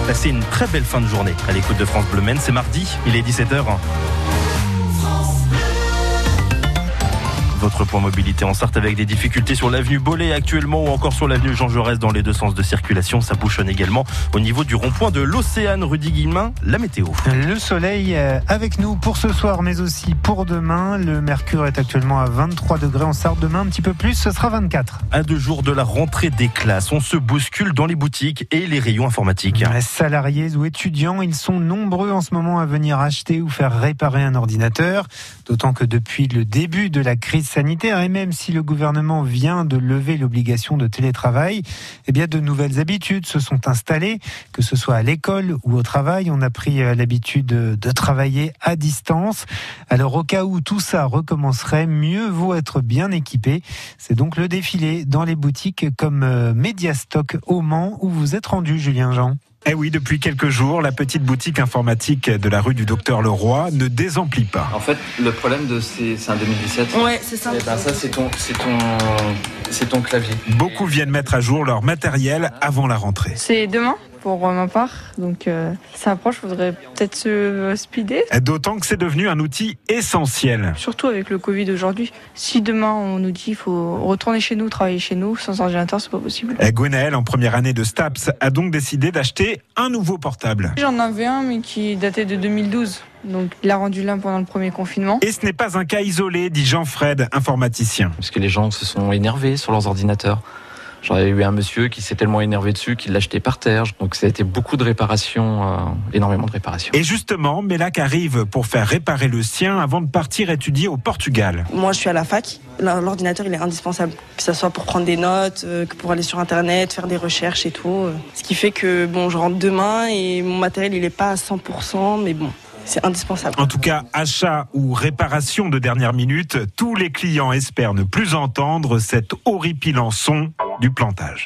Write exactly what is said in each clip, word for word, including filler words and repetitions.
Passez une très belle fin de journée à l'écoute de France Bleu Maine. C'est mardi, il est dix-sept heures. Votre point mobilité en Sarthe avec des difficultés sur l'avenue Bollé actuellement ou encore sur l'avenue Jean Jaurès dans les deux sens de circulation. Ça bouchonne également au niveau du rond-point de l'Océane, rue d'Iguilmin. La météo. Le soleil avec nous pour ce soir mais aussi pour demain. Le mercure est actuellement à vingt-trois degrés en Sarthe. Demain un petit peu plus, ce sera vingt-quatre. À deux jours de la rentrée des classes, on se bouscule dans les boutiques et les rayons informatiques. Salariés ou étudiants, ils sont nombreux en ce moment à venir acheter ou faire réparer un ordinateur. D'autant que depuis le début de la crise sanitaire, et même si le gouvernement vient de lever l'obligation de télétravail, eh bien de nouvelles habitudes se sont installées, que ce soit à l'école ou au travail. On a pris l'habitude de travailler à distance. Alors au cas où tout ça recommencerait, mieux vaut être bien équipé. C'est donc le défilé dans les boutiques comme Mediastock au Mans où vous êtes rendu, Julien Jean. Eh oui, depuis quelques jours, la petite boutique informatique de la rue du Docteur Leroy ne désemplit pas. En fait, le problème de c'est, c'est un deux mille dix-sept. Ouais, c'est ça. Et ben ça, c'est ton, c'est ton, c'est ton clavier. Beaucoup viennent mettre à jour leur matériel avant la rentrée. C'est demain pour ma part, donc euh, ça approche. Il faudrait peut-être se speeder. D'autant que c'est devenu un outil essentiel. Surtout avec le Covid aujourd'hui. Si demain on nous dit qu'il faut retourner chez nous, travailler chez nous, sans ordinateur, c'est pas possible. Gwenaëlle, en première année de STAPS, a donc décidé d'acheter un nouveau portable. J'en avais un, mais qui datait de deux mille douze. Donc il a rendu là pendant le premier confinement. Et ce n'est pas un cas isolé, dit Jean-Fred, informaticien. Parce que les gens se sont énervés sur leurs ordinateurs. J'avais eu un monsieur qui s'est tellement énervé dessus qu'il l'a jeté par terre. Donc ça a été beaucoup de réparations, euh, énormément de réparations. Et justement, Mélac arrive pour faire réparer le sien avant de partir étudier au Portugal. Moi, je suis à la fac. L'ordinateur, il est indispensable. Que ce soit pour prendre des notes, euh, que pour aller sur Internet, faire des recherches et tout. Ce qui fait que bon, je rentre demain et mon matériel, il n'est pas à cent pour cent, mais bon. C'est indispensable. En tout cas, achat ou réparation de dernière minute, tous les clients espèrent ne plus entendre cet horripilant son du plantage.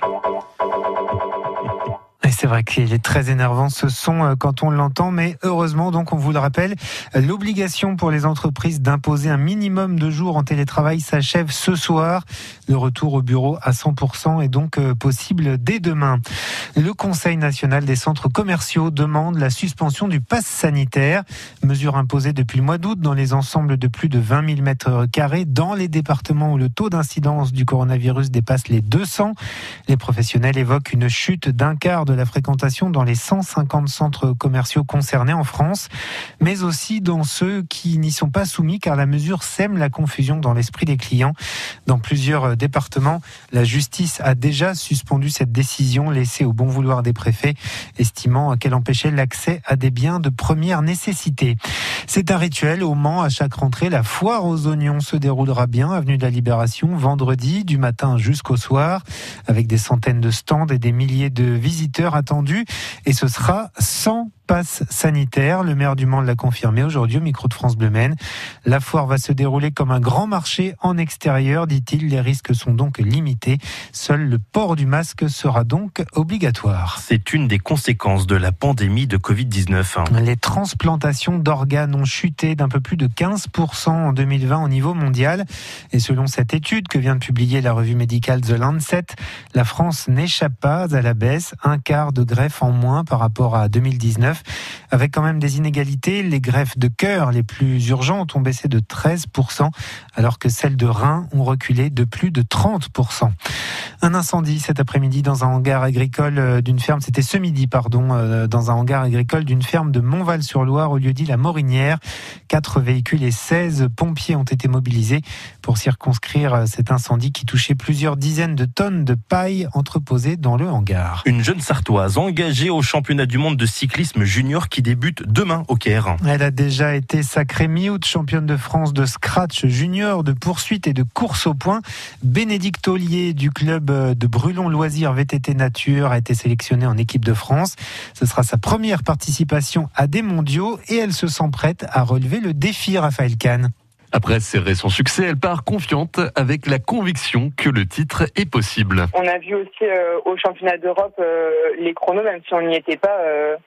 Et c'est vrai qu'il est très énervant ce son quand on l'entend, mais heureusement, donc on vous le rappelle, l'obligation pour les entreprises d'imposer un minimum de jours en télétravail s'achève ce soir. Le retour au bureau à cent pour cent est donc possible dès demain. Le Conseil national des centres commerciaux demande la suspension du pass sanitaire, mesure imposée depuis le mois d'août dans les ensembles de plus de vingt mille mètres carrés dans les départements où le taux d'incidence du coronavirus dépasse les deux cents. Les professionnels évoquent une chute d'un quart de la fréquentation dans les cent cinquante centres commerciaux concernés en France, mais aussi dans ceux qui n'y sont pas soumis car la mesure sème la confusion dans l'esprit des clients. Dans plusieurs départements, la justice a déjà suspendu cette décision laissée au bon vouloir des préfets, estimant qu'elle empêchait l'accès à des biens de première nécessité. C'est un rituel au Mans à chaque rentrée. La foire aux oignons se déroulera bien, avenue de la Libération, vendredi du matin jusqu'au soir, avec des centaines de stands et des milliers de visiteurs attendus, et ce sera sans passe sanitaire. Le maire du Mans l'a confirmé aujourd'hui au micro de France Bleu Maine. La foire va se dérouler comme un grand marché en extérieur, dit-il. Les risques sont donc limités. Seul le port du masque sera donc obligatoire. C'est une des conséquences de la pandémie de covid dix-neuf. Les transplantations d'organes ont chuté d'un peu plus de quinze pour cent en deux mille vingt au niveau mondial. Et selon cette étude que vient de publier la revue médicale The Lancet, la France n'échappe pas à la baisse. Un quart de greffes en moins par rapport à deux mille dix-neuf. Avec quand même des inégalités, les greffes de cœur les plus urgentes ont baissé de treize pour cent, alors que celles de reins ont reculé de plus de trente pour cent. Un incendie cet après-midi dans un hangar agricole d'une ferme, c'était ce midi, pardon, dans un hangar agricole d'une ferme de Montval-sur-Loire au lieu-dit La Morinière. Quatre véhicules et seize pompiers ont été mobilisés pour circonscrire cet incendie qui touchait plusieurs dizaines de tonnes de paille entreposées dans le hangar. Une jeune Sartoise engagée au championnat du monde de cyclisme junior qui débute demain au Caire. Elle a déjà été sacrée mi-août championne de France de scratch junior, de poursuite et de course au point. Bénédicte Ollier du club de Brulon Loisirs V T T Nature a été sélectionnée en équipe de France. Ce sera sa première participation à des mondiaux et elle se sent prête à relever le défi, Raphaël Kahn. Après ses récents succès, elle part confiante avec la conviction que le titre est possible. On a vu aussi euh, au championnat d'Europe euh, les chronos, même si on n'y était pas, euh,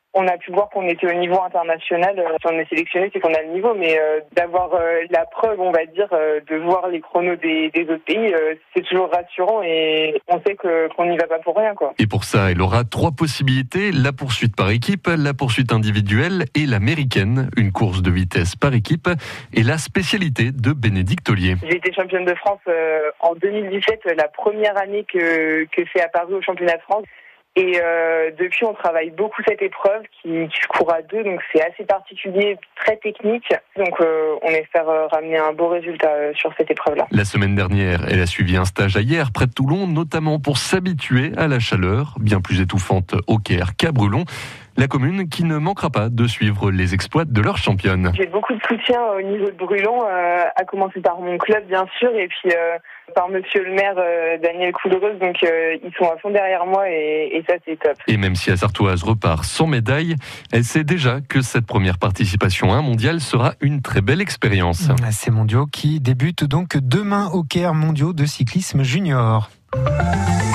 On a pu voir qu'on était au niveau international. Si on est sélectionné, c'est qu'on a le niveau, mais euh, d'avoir euh, la preuve, on va dire, euh, de voir les chronos des, des autres pays, euh, c'est toujours rassurant et on sait que, qu'on n'y va pas pour rien, quoi. Et pour ça, elle aura trois possibilités, la poursuite par équipe, la poursuite individuelle et l'américaine, une course de vitesse par équipe et la spécialité de Bénédicte Ollier. J'ai été championne de France euh, en deux mille dix-sept, la première année que, que c'est apparu au championnat de France. Et euh, depuis, on travaille beaucoup cette épreuve qui, qui se court à deux, donc c'est assez particulier, très technique. Donc euh, on espère euh, ramener un beau résultat euh, sur cette épreuve-là. La semaine dernière, elle a suivi un stage à Hyères, près de Toulon, notamment pour s'habituer à la chaleur, bien plus étouffante au Caire qu'à Brulon. La commune qui ne manquera pas de suivre les exploits de leur championne. J'ai beaucoup de soutien au niveau de Brulon, euh, à commencer par mon club bien sûr, et puis euh, par monsieur le maire euh, Daniel Coudreuse, donc euh, ils sont à fond derrière moi et, et ça c'est top. Et même si la Sartoise repart sans médaille, elle sait déjà que cette première participation à un mondial sera une très belle expérience. Ces mondiaux qui débutent donc demain au Caire, mondiaux de cyclisme junior.